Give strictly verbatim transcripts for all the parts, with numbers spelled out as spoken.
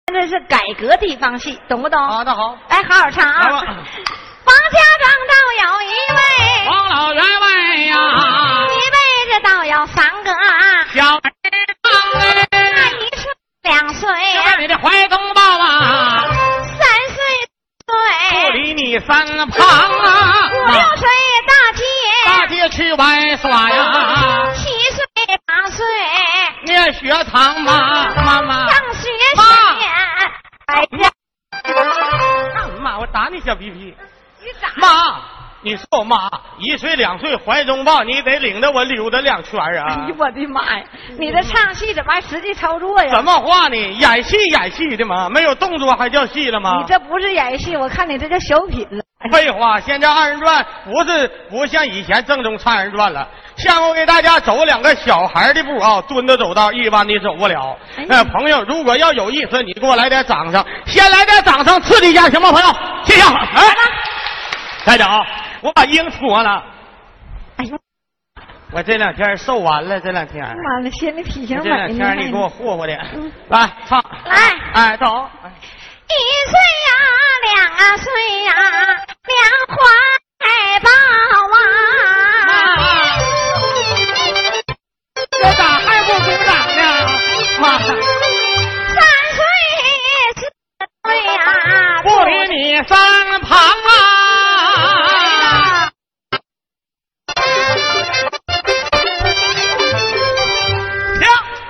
这是改革地方戏，懂不懂？ 啊，那好， 哎，好好唱啊！王家庄道有一位王老员外呀， 一辈子倒有三个小儿郎哎，一岁两岁呀，你的怀中抱啊， 三岁岁不离你身旁啊， 五六岁大街大街去玩耍呀， 七岁八岁念学堂吗？妈妈上学十年，哎呀， 妈，我打你小屁屁！ 你咋？ 妈，你说我妈一岁两岁怀中抱，你得领着我溜达两圈啊！ 哎呦我的妈呀！你这唱戏怎么还实际操作呀？ 什么话呢？演戏演戏的嘛，没有动作还叫戏了吗？ 你这不是演戏，我看你这叫小品了。 废话，现在二人转不是不像以前正宗唱二人转了。下面我给大家走两个小孩的步啊，蹲着走道，一般的走不了。哎、呃，朋友，如果要有意思，你给我来点掌声，先来点掌声刺激一下，行吗，朋友？谢谢。哎，再找，我把音脱了。 哎呦， 我这两天瘦完了，这两天。 妈的，显得体型美。 这两天你给我霍霍的， 嗯、 来唱。 来， 哎，走。 一岁呀，两岁呀，两怀抱啊！ 这咋还不鼓掌呢？妈， 三岁四岁呀， 不离你身旁啊！停！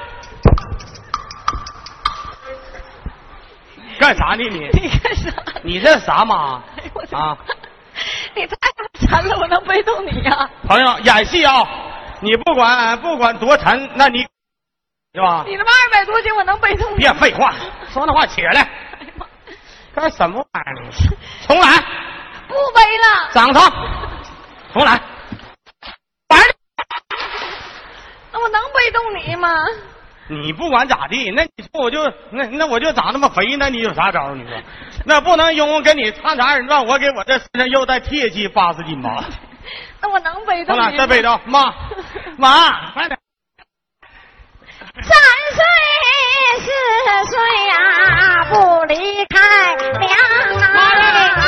干啥呢你？ 你干啥？ 你这啥妈？ 哎呦啊！ 你太沉了，我能背动你呀、啊？ 朋友，演戏啊，你不管不管多沉，那你是吧？ 你他妈二百多斤，我能背动你？ 别废话，说那话起来。 哎呀妈！ 干什么玩意儿呢？重来。 不背了。 掌声。重来。玩儿。 那我能背动你吗？ 你不管咋地，那你说我就那那我就长那么肥，那你有啥招？你说，那不能因为跟你唱啥二人转，我给我这身上又带铁器八十斤吧？ 那我能背动你吗？ 再背着，妈，妈，快点！ 三岁四岁呀，不离开娘啊！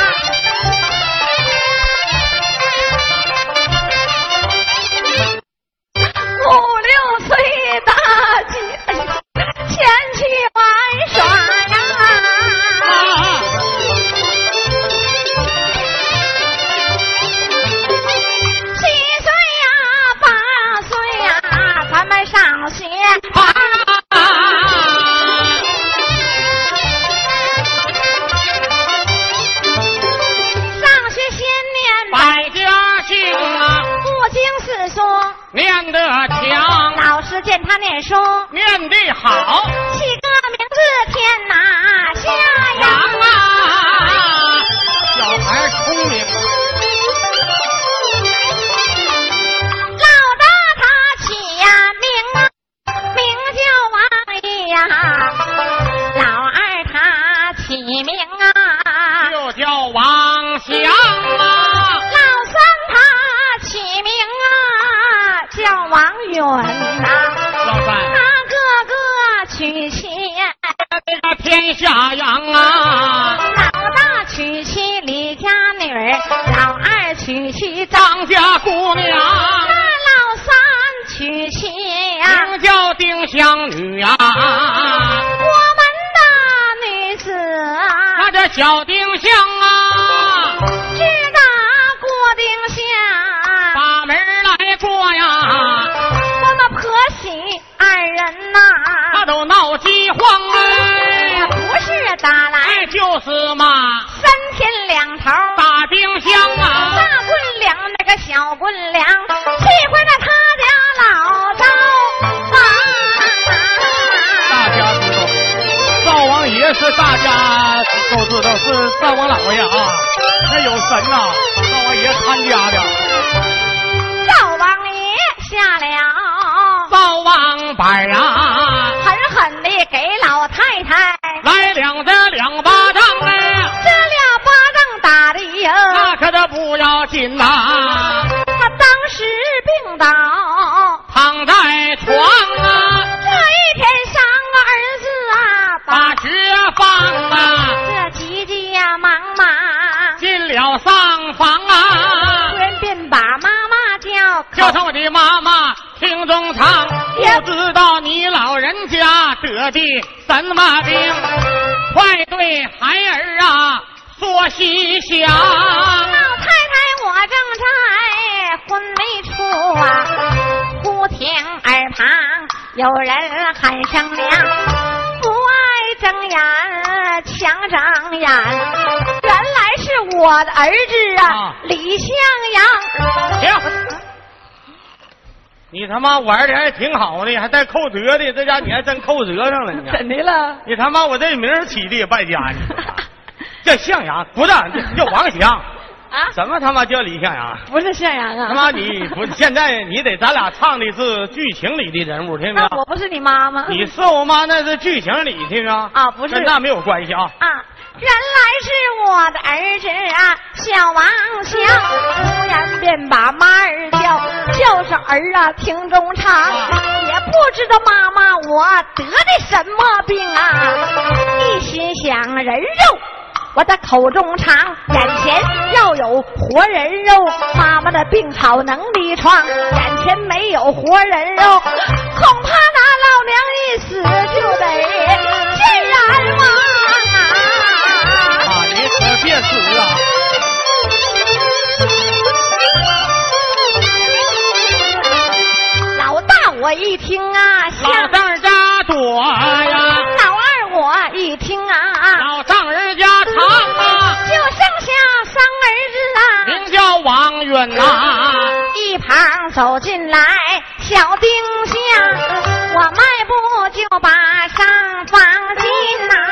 五六岁大姐前去玩耍呀！七岁呀，八岁呀，咱们上学啊！上学先念百家姓啊， 不经四书。 念得强， 老师见他念书念得好， 起个名字天哪下阳呀！ 啊，小孩聪明。 老大他起呀名啊，名叫王爷呀；老二他起名啊， 就叫王祥啊。 老三他起名啊，叫王允呐。 老三， 他个个娶妻呀， 这个天下扬啊。 老大娶妻李家女儿，老二娶妻张， 张家姑娘， 那老三娶妻呀， 名叫丁香女啊。 我们的女子啊， 那这小丁香啊， 直打过丁香， 把门来过呀， 我们婆媳二人呐、 他都闹饥荒哎， 不是打来哎就是嘛， 三天两头大冰箱啊， 大棍两那个小棍两，气坏了他家老赵王。 大家知道，灶王爷是大家都知道是灶王老爷啊，那有神呐、啊，灶王爷看家的。 赵王爷下了灶王板啊， 狠狠地给老太太来两这两巴掌哎， 这俩巴掌打的呀， 那可都不要紧呐、啊， 他当时病倒躺在床啊， 这一天三个儿子啊把学房啊， 这急急呀忙忙进了上房啊， 突然便把妈妈叫叫上我的妈妈听中唱，不知道你老人家得的什么病，快对孩儿啊说细详。 老太太我正在昏迷处啊，忽听耳旁有人喊声娘，不爱睁眼强睁眼，原来是我的儿子啊， 啊李向阳。 行，你他妈玩的还挺好的，还带扣折的，这家你还真扣折上了，你看怎的了？ 你他妈我这名儿起的也败家，你说叫向阳，不是叫王祥啊？ 什么他妈叫李向阳？ 不是向阳啊！ 他妈你不是现在你得咱俩唱的是剧情里的人物，听没有？ 那我不是你妈吗？ 你是我妈，那是剧情里，听没有？ 啊不是跟那没有关系啊。 啊，原来是我的儿子啊，小王祥，突然便把妈儿叫，叫上儿啊听中唱，也不知道妈妈我得的什么病啊，一心想人肉。我的口中尝，眼前要有活人肉，妈妈的病好能力创，眼前没有活人肉，恐怕那老娘一死就得见人亡啊！ 啊，你可别死啊！ 老大我一听啊， 老像丈人家躲呀， 老二我一听啊， 老丈人家长啊， 就剩下三儿子啊。 名叫王允呐。 一旁走进来小丁香，我迈步就把上房进呐、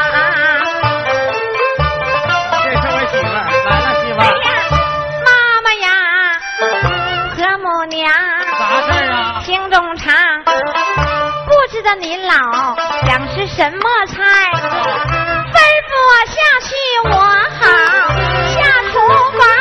这是我媳妇儿，哪个媳妇哎儿？ 呀，妈妈呀，和母娘， 啥事儿啊？ 听中唱，不知道您老想吃什么菜，吩咐我下去我好下厨房。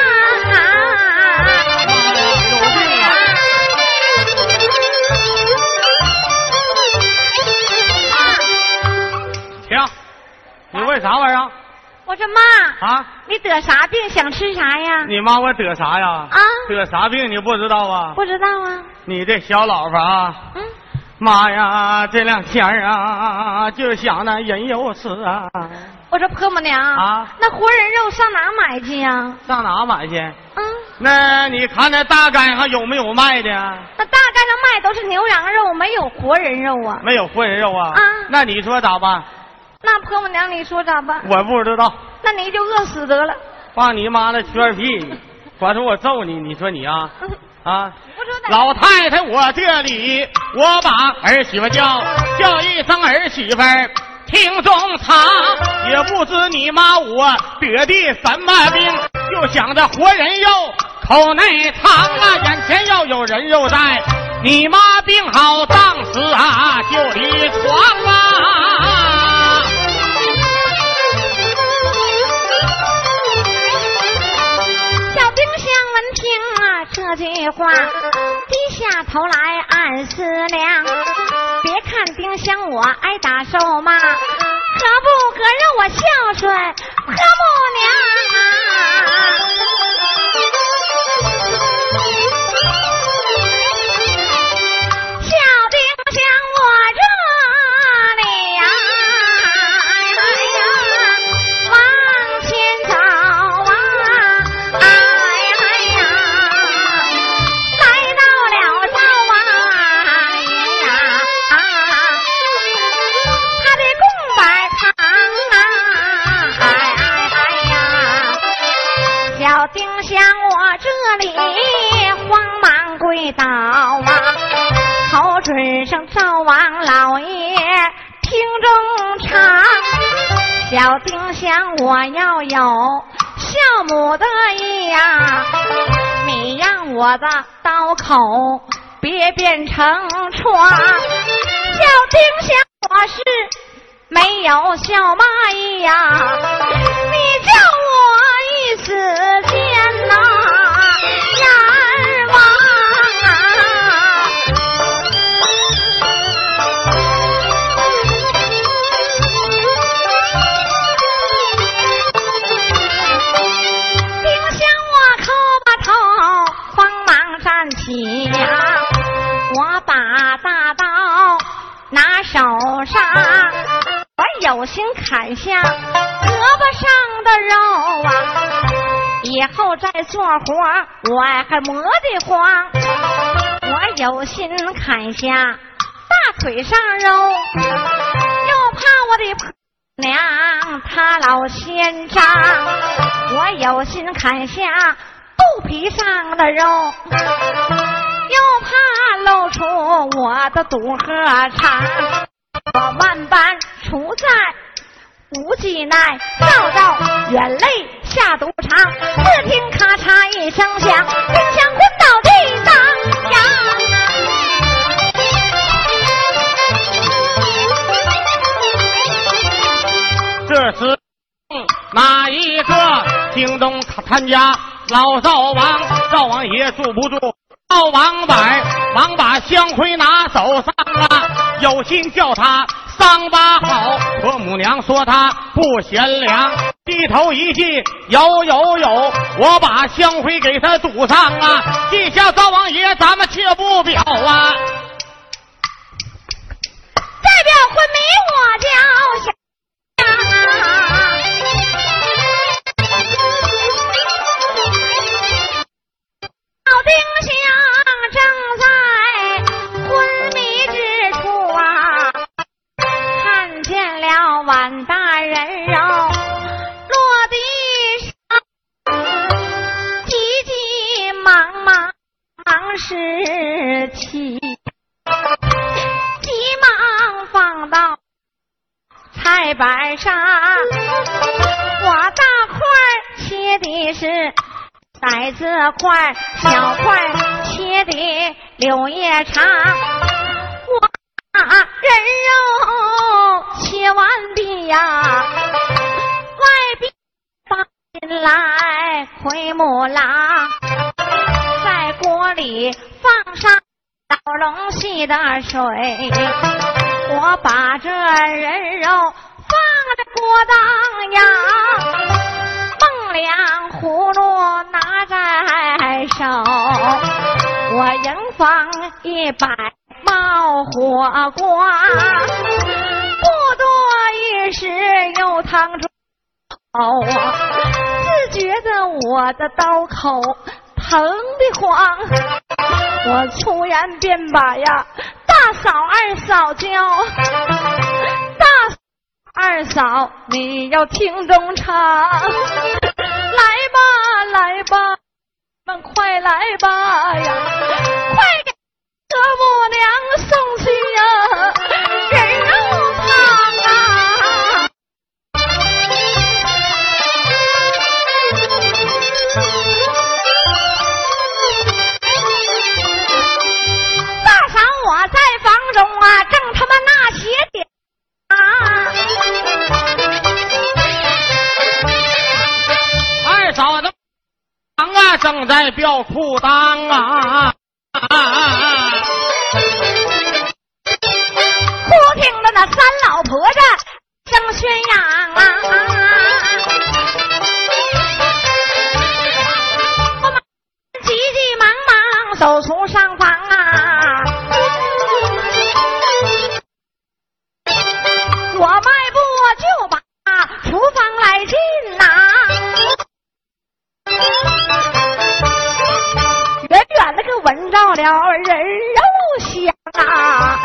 行，你问啥玩意儿我说妈， 啊？ 你得啥病？想吃啥呀？ 你妈我得啥呀？ 啊得啥病你不知道啊？ 不知道啊。 你这小老婆啊， 嗯， 妈呀，这两天啊，就想那人肉吃啊， 我说婆母娘啊那活人肉上哪儿买去呀？ 上哪买去？ 嗯， 那你看那大街上有没有卖的？ 那大街上卖都是牛羊肉，没有活人肉啊。 没有活人肉啊？ 啊那你说咋办？ 那婆母娘，你说咋办？ 我不知道。 那你就饿死得了。 放你妈那缺屁！管说我揍你，你说你啊嗯啊！ 我说那老太太，我这里我把儿媳妇叫叫一声儿媳妇儿，听中唱，也不知你妈我得的什么病，就想着活人肉口内藏啊，眼前要有人肉在，你妈病好当时啊就离床啊。 小丁香闻听啊这句话，低下头来暗思量。别看丁香我挨打受骂，何不可让我孝顺婆母娘啊？小丁香我这里呀、哎呀，往前走啊，哎呀，来到了灶王爷呀，他的供摆堂啊，哎哎呀，小丁香我这里慌忙跪倒啊，口准上赵王老爷听中唱，小丁香我要有孝母的意呀，你让我的刀口别变成疮，小丁香我是没有孝妈意呀，你叫我一死间呐人亡啊！ 有心砍下胳膊上的肉啊，以后再做活我还磨得慌。我有心砍下大腿上肉，又怕我的婆娘她老嫌脏。我有心砍下肚皮上的肉，又怕露出我的肚和肠。我万般处在无计奈，照照眼泪下赌场。只听咔嚓一声响，冰箱昏倒地当呀。 这时哪一个京东他家老灶王，灶王爷住不住？灶王柏，王把香灰拿手上啊，有心叫他桑巴好。婆母娘说他不贤良，低头一记，有有有，我把香灰给他堵上啊。记下灶王爷，咱们却不表啊。 再表昏迷我叫小老丁香正在昏迷之处啊，看见了碗大人肉落地上，急急忙忙忙拾起，急忙放到菜板上。我大块切的是骰子块，小块切的柳叶长。我把人肉切完毕呀，外边放进来奎木狼，在锅里放上老龙戏的水。我把这人肉放在锅当呀，孟良葫芦拿在手，我迎放一百冒火瓜，不多一时又烫出口，自觉得我的刀口疼得慌。我粗言便把呀大嫂二嫂叫，大嫂二嫂你要听中唱，来吧来吧，你们快来吧呀，快给婆母娘送去呀人肉汤啊。大嫂我在房中啊正他妈那些点啊， 二嫂子啊正在吊裤裆啊， 忽听着那三老婆子正宣扬啊，我们急急忙忙走出上房啊，我迈步就把厨房来进呐、啊，远远的个闻着了人肉香啊。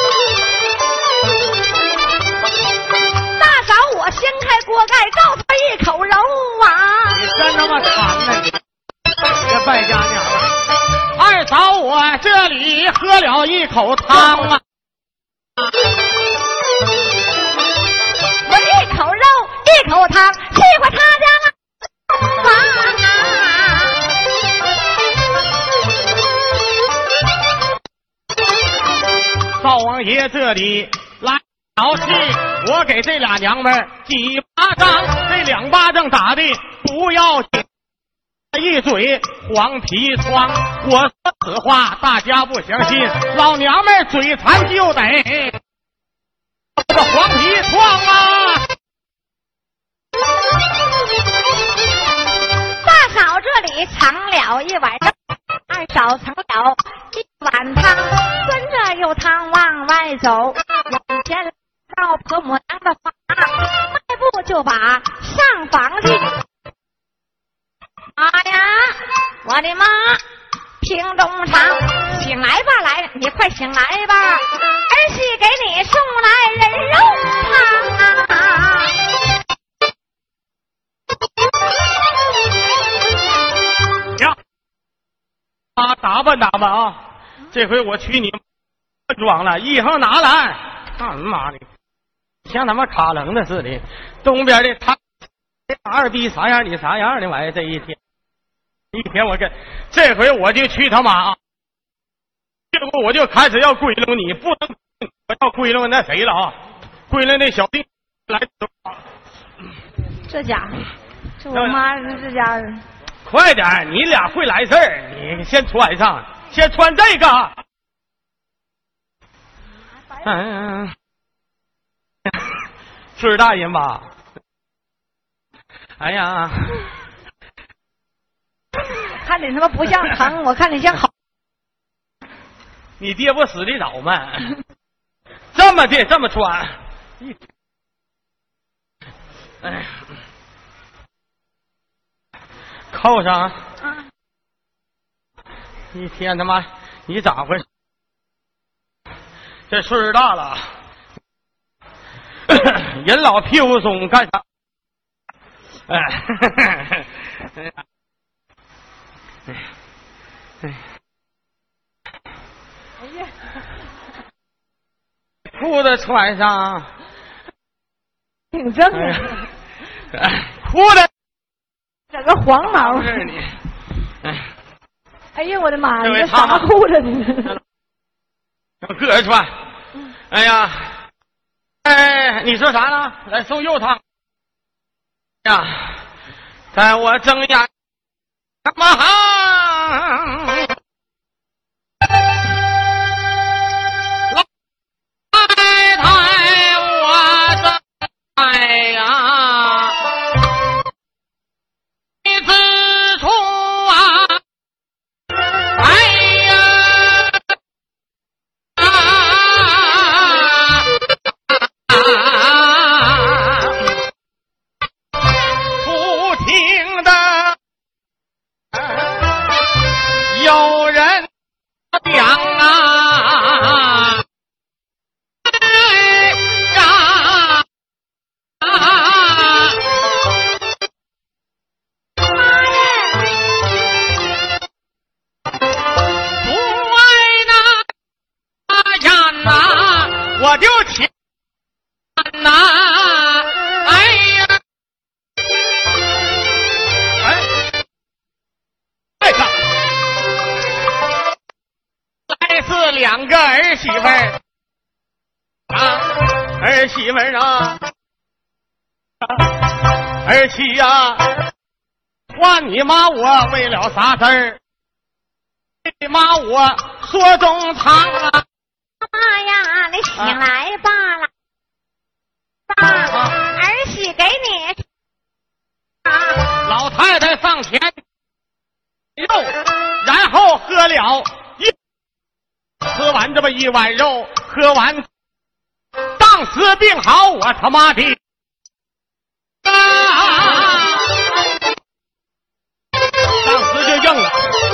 大嫂我掀开锅盖照他一口肉啊， 你真他妈长呢你这败家娘啊。二嫂我这里喝了一口汤啊， 我一口肉一口汤吃过他家了灶王爷这里来好气，我给这俩娘们几巴掌，这两巴掌打的不要紧，一嘴黄皮疮。我说此话大家不相信，老娘们嘴馋就得这黄皮疮啊。 大嫂这里藏了一碗肉，二嫂盛了一碗汤，端着有汤往外走，往前到婆母娘的房， 就把上房去。妈呀，我的妈！平东长，醒来吧，来，你快醒来吧，儿媳给你送来人肉汤啊！ 呀，啊，打扮打扮啊！这回我娶你装了，衣裳拿来！干妈的，像他妈卡楞的似的。东边的他二逼啥样，你啥样的玩意儿？这一天。一天我跟这回我就去他妈，结果我就开始要归拢你，不能我要归拢那谁了啊？归拢那小弟来。 这家伙，这我妈这家伙， 快点，你俩会来事儿，你先穿上，先穿这个。嗯，岁数大人吧？哎呀。 看你他妈不像疼，我看你像好。 你爹不死的早吗？这么的这么穿，哎，扣上。啊、一天他妈，你咋回事？这岁数大了，人老屁股松干啥？哎。哎哎哎！哎呀，裤子穿上， 挺正的。 哎、裤子整个黄毛。 是你。哎， 哎呀，我的妈呀！这啥裤子呢？ 个人穿。哎呀，哎，你说啥呢？来送肉汤。呀，在我睁眼。干嘛哈？来抬我的爱呀！你自从啊，哎呀，不停的。有人讲啊，哎呀，不爱那呀呐，我就请呐，哎呀，哎，这个。来自两个儿媳妇儿啊，儿媳妇儿啊，儿媳呀、啊，换你妈我为了啥事儿？你妈我说中堂啊！ 妈呀，你醒来罢了，爸、啊，儿媳给你。 啊、老太太上前肉，然后喝了一。吃完这么一碗肉，喝完，当时病好，我他妈的，啊、当时就硬了。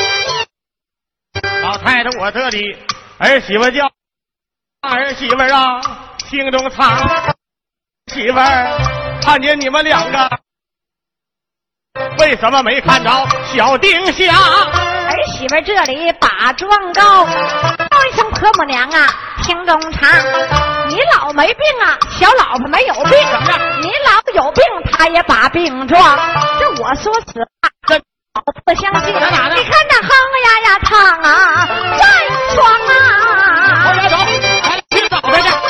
老太太，我这里儿媳妇叫儿媳妇啊，心中藏媳妇儿，看见你们两个，为什么没看着小丁香？ 儿媳妇这里把状告。一声婆母娘啊，听中长，你老没病啊，小老婆没有病，你老有病，他也把病状。这我说实话，我不相信。你看那哼呀呀唱啊，再爽啊！ 往家走，来去找他去。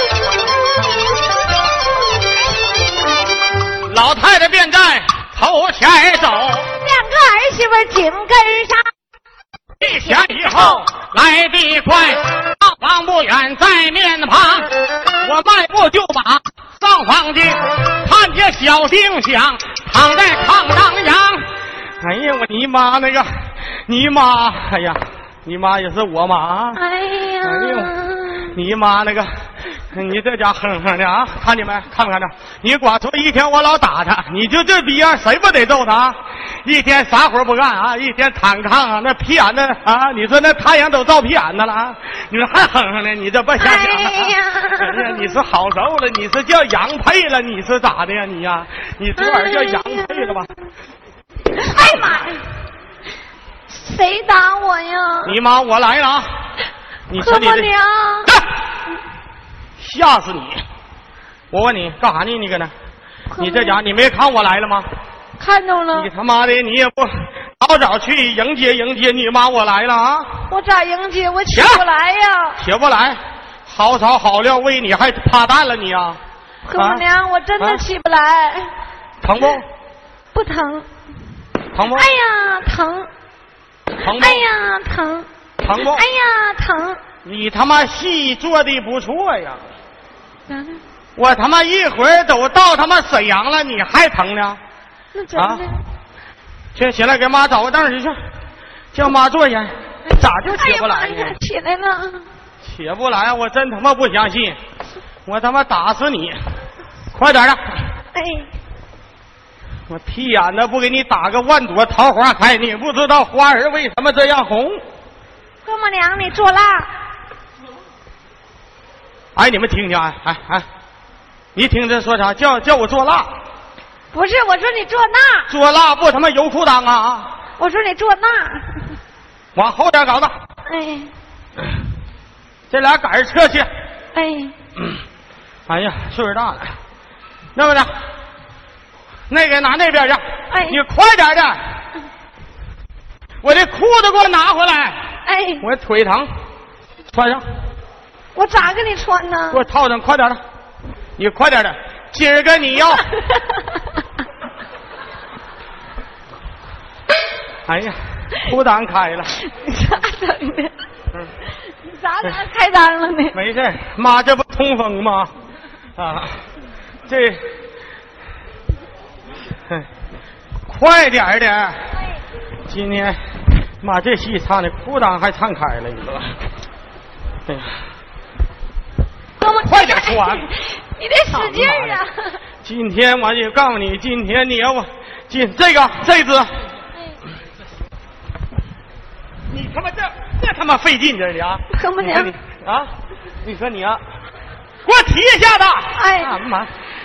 老太太便在头前走，两个儿媳妇紧跟上。 一前一后来得快，上房不远在面旁，我迈步就把上房进，看见小丁香躺在炕当阳。哎呀，我你妈那个，你妈，哎呀，你妈也是我妈。 哎呀， 哎呦，你妈那个你这家哼哼的啊，看见没？看没看着？你光说一天我老打他，你就这逼样，谁不得揍他？一天啥活不干啊？一天躺炕啊，那屁眼子啊！你说那太阳都照屁眼子了啊！你说还哼哼呢？你这不瞎讲啊？ 哎呀， 哎呀，你是好受了，你是叫羊配了，你是咋的呀？你呀、啊，你昨晚叫羊配了吧？ 哎妈呀！谁打我呀？ 你妈，我来了啊！你说你这。 娘。 吓死你！我问你干啥呢？你搁那？你这家你没看我来了吗？ 看着了。 你他妈的，你也不早早去迎接迎接你妈我来了啊！ 我咋迎接？我起不来呀！ 起不来，好炒好料喂你还趴蛋了你啊！ 婆婆娘，我真的起不来。 疼不？ 不疼。 疼不？ 哎呀，疼！ 疼不？ 哎呀，疼！ 疼不？ 哎呀，疼！ 你他妈戏做的不错呀！ 咋的？ 我他妈一会儿都到他妈沈阳了，你还疼呢？ 那怎么的？ 去起来给妈找个凳去去，叫妈坐下。咋就起不来呢？ 哎呀，起来了。 起不来，我真他妈不相信，我他妈打死你！快点的！ 哎， 我屁眼子不给你打个万朵桃花开，你不知道花儿为什么这样红？ 婆婆娘，你做辣。 哎，你们听听啊！哎哎，你听这说啥？叫叫我做辣？ 不是，我说你做那。 做辣不他妈油裤裆啊！ 我说你做那。 往后点搞的。 哎。 这俩杆儿撤去。 哎。 嗯。哎呀，岁数大了。那么的，那个拿那边去。 哎。 你快点的。我这裤子给我拿回来。 哎。 我腿疼，穿上。 我咋给你穿呢？ 给我套上，快点的！你快点的，今儿个你要。哎呀，裤裆开了。 你咋整的？嗯，你咋咋开裆了呢？ 没事，妈，这不通风吗？啊，这，快点的！今天，妈这戏唱的裤裆还唱开了，你说？哎呀。快点穿！ 你得使劲儿啊！ 今天我就告诉你，今天你要我今这个这只，你他妈这这他妈费劲这的啊！ 婆婆娘啊！你说你啊，给我提一下子！ 哎， 妈，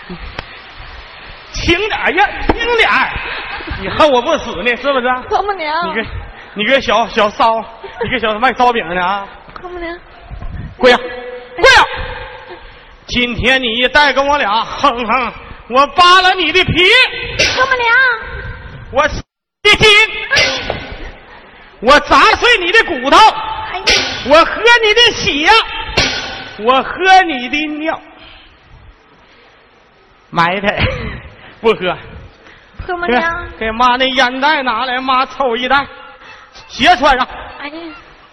轻点呀，轻点！你恨我不死呢，是不是？ 婆婆娘， 你个你个小小骚，你个小卖烧饼的啊！ 婆婆娘， 跪下，跪下！今天你一带跟我俩哼哼，我扒了你的皮， 婆婆娘， 我撕你筋，我砸碎你的骨头， 哎、 我喝你的血，我喝你的尿，埋汰不喝。 婆婆娘， 给妈那烟袋拿来，妈抽一袋，鞋穿上。 哎呀。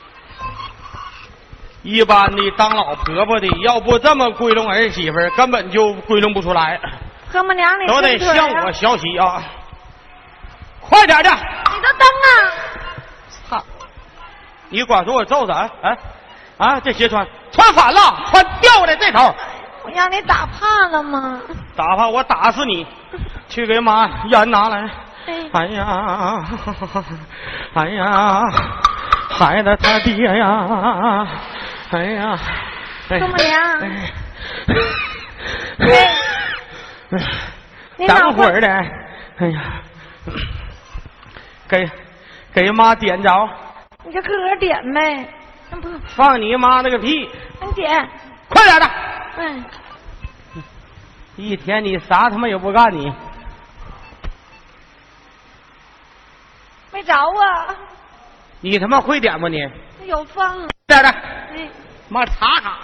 一般的当老婆婆的，要不这么归拢儿媳妇儿，根本就归拢不出来。 婆婆娘，你都得向我学习啊！快点的！ 你都蹬啊！ 操！你光说我揍他，哎啊！这鞋穿穿反了，穿掉过来这头。 我让你打怕了吗？ 打怕我打死你！去给妈烟拿来。 哎, 哎呀，哎呀，孩子他爹呀！哎呀， 婆婆娘， 哎，等会儿的，哎呀，给给妈点着， 你就搁个点呗， 放你妈那个屁， 你点， 快点的， 嗯， 一天你啥他妈也不干你， 没着啊， 你他妈会点不你？ 有放啊， 点的。 哎。 妈查查，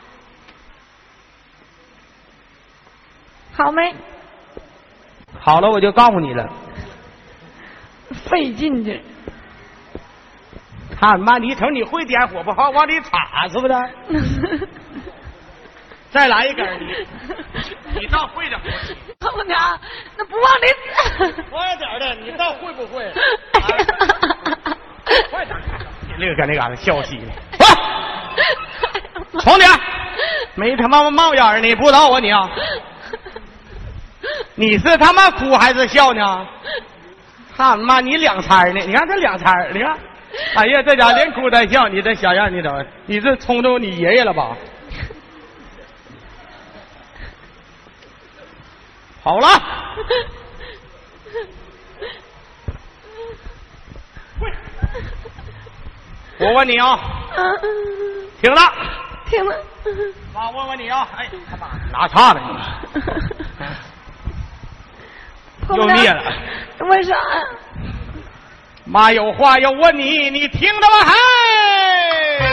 好没？ 好了，我就告诉你了。 费劲着。 看妈，你瞅你会点火不好，往里插是不是？再来一根，你你倒会点火。 婆婆娘，那不往里插。 快点的，你倒会不会？啊、快点！那个搁那嘎达笑嘻呢。重点！ 没他妈冒烟儿，你不知道啊你啊？你是他妈哭还是笑呢？他妈你两掺呢？你看这两掺，你看，哎呀，这家连哭带笑，你这小样，你怎么？你是冲着你爷爷了吧？好了，我问你啊，停了， 停了。 妈，问问你啊，哎，他妈拿叉了你，又灭了， 为啥呀？ 妈有话要问你，你听着吧，嘿，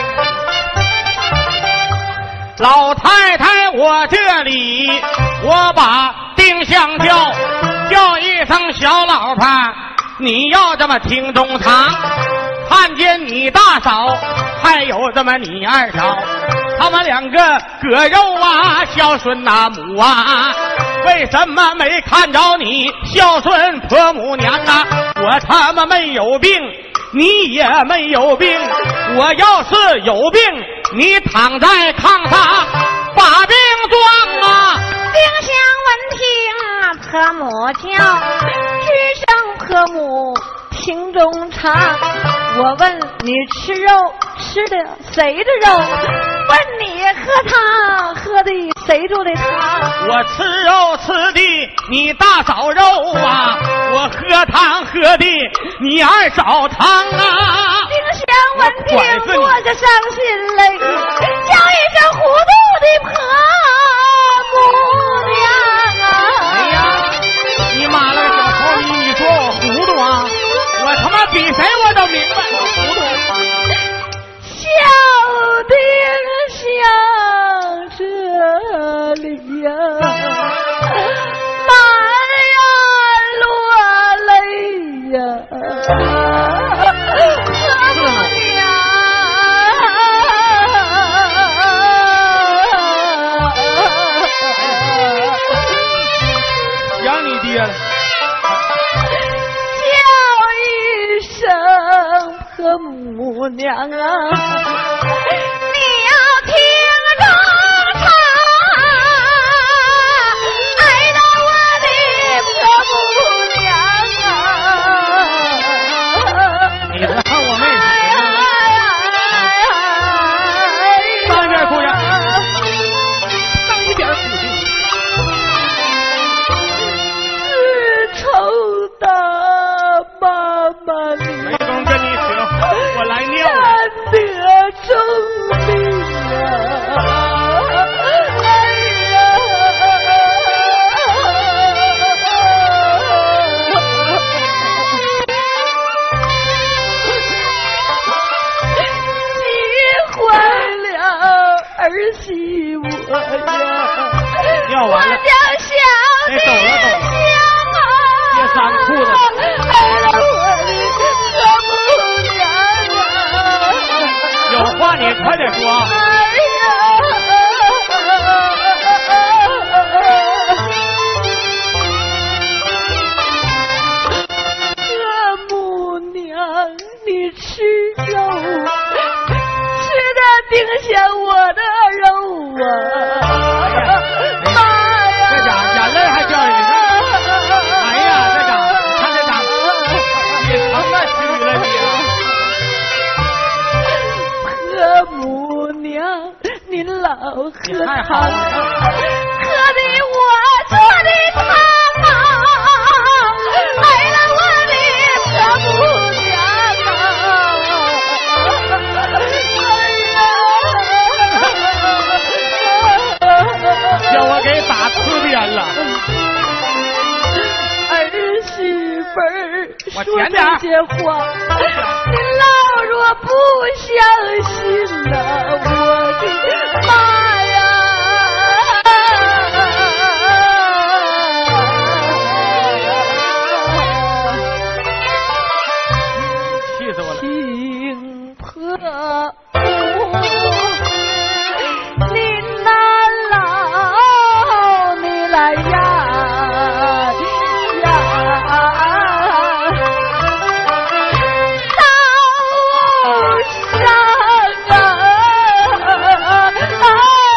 老太太，我这里我把丁香叫，叫一声小老婆，你要这么听中堂。看见你大嫂，还有这么你二嫂，他们两个割肉啊，孝顺那母啊，为什么没看着你孝顺婆母娘啊？我他妈没有病，你也没有病，我要是有病，你躺在炕上把病装啊！ 丁香闻听啊，婆母叫，只剩婆母听中唱。我问你吃肉吃的谁的肉？问你喝汤喝的谁做的汤？ 我吃肉吃的你大嫂肉啊，我喝汤喝的你二嫂汤啊！ 丁香闻听落着伤心泪，叫一声糊涂的婆母娘啊！ 哎呀，你妈了个小臭逼，你说我糊涂啊？我他妈比谁我都明白我糊涂。 小丁香这里呀，妈呀落泪呀，婆母娘。 想你爹了。 婆母娘啊，你要听中唱，爱到我的婆母娘啊！ 你是看我妹子？上一边姑娘，上一边姑娘。 是愁的妈妈你。 没工跟你扯，我来尿了。 难得重病啊！哎呀！你坏了儿媳我呀！ 尿完了。 我家小哎，走了走了。别删裤子。 爱了我的婆母娘啊！ 有话你快点说。 哎呀！婆母娘，你吃肉，吃的丁香我的肉啊！妈呀！ 这家伙眼泪还掉下去。哎呀，这家伙，看这家伙，你成了虚了你啊！ 婆母娘，您老喝汤，喝的我做的汤啊，爱了我的婆母娘啊！ 叫我给打刺边了。 儿媳妇儿我说前点这些话，您老若不相信呐、我的妈呀！ 气死我了！ 听婆母，您那老你来呀！路上啊，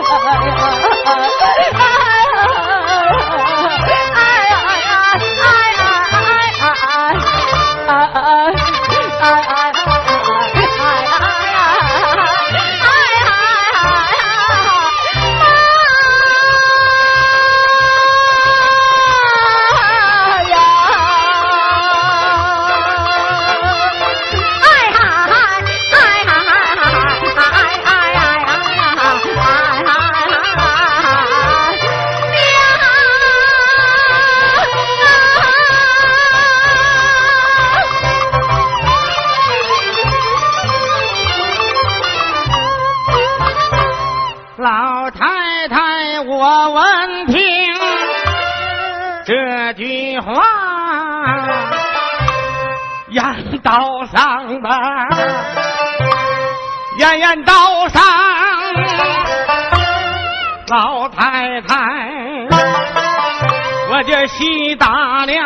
老太太，我闻听这句话，言道上吧，言言道上，老太太，我这细打量，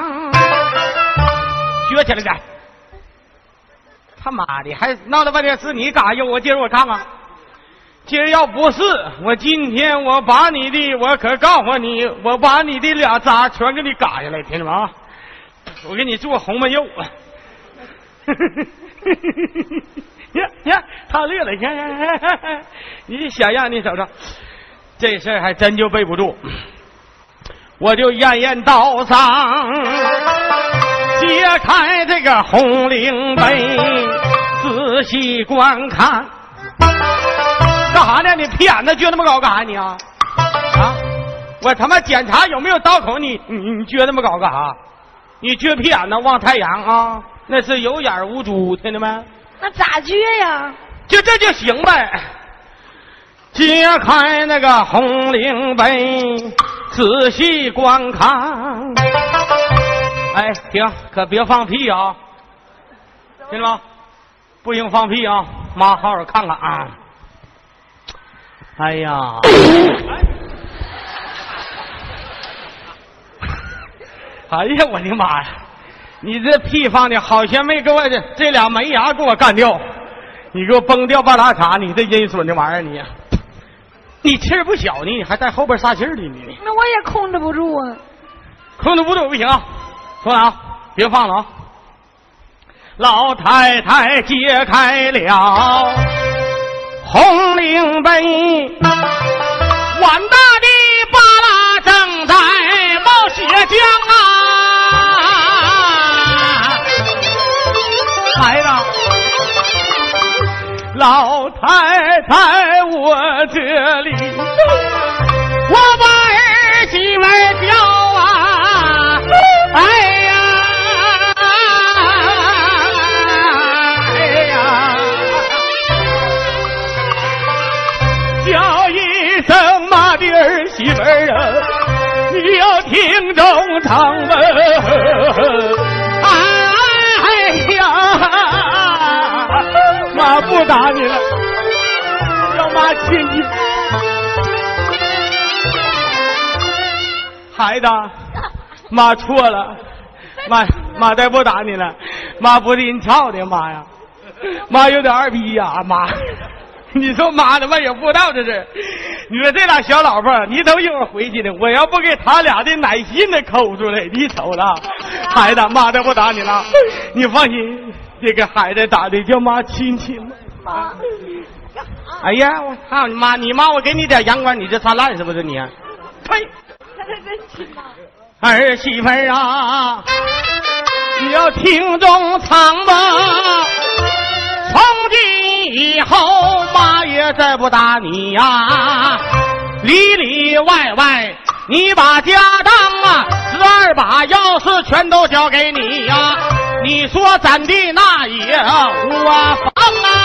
学起来点。他妈的，还闹了半天是你嘎悠，我今儿我看看。今儿要不是我今天我把你的我可告诉你，我把你的俩渣全给你嘎下来，听着吗？我给你做红焖肉。呀呀，他乐了，看看，你想让你瞅瞅，这事儿还真就背不住。我就验验道上，揭开这个红领杯，仔细观看。干啥呢？你屁眼子撅那么高干啥你啊？啊！我他妈检查有没有刀口，你你你撅那么高干啥？你撅屁眼子望太阳啊？那是有眼无珠，听见没？ 那咋撅呀？ 就这就行呗。揭开那个红领杯，仔细观看。哎，停，可别放屁啊！听着吗？不行放屁啊！妈，好好看看啊！哎呀！哎呀，我的妈呀！你这屁放的好像没给我这这俩门牙给我干掉，你给我崩掉半拉碴，你这阴损的玩意儿你！你气儿不小呢，你还带后边撒气儿的你。 那我也控制不住啊！ 控制不住不行啊！说了啊，别放了啊！老太太揭开了红领杯，碗大的巴拉正在冒血浆啊！孩子，老太太，我这里我把儿媳妇叫啊！哎呀！叫一声妈的儿媳妇儿啊，你要听众唱吧。哎呀，妈不打你了，叫妈亲你。孩子，妈错了，妈妈再不打你了，妈不是你操的，妈呀，妈有点二逼呀，妈。你说妈他妈也不知道这是，你说这俩小老婆，你等一会儿回去呢，我要不给他俩的奶心子抠出来，你瞅了，孩子，妈再不打你了，你放心，这个孩子打的叫妈亲亲。 妈， 哎呀，我操你妈！你妈我给你点阳光，你这擦烂是不是你？呸！儿媳妇儿啊，你要听众唱吧。从今以后，妈也再不打你呀、啊，里里外外，你把家当啊，十二把钥匙全都交给你呀、啊。你说咱的那也无妨啊。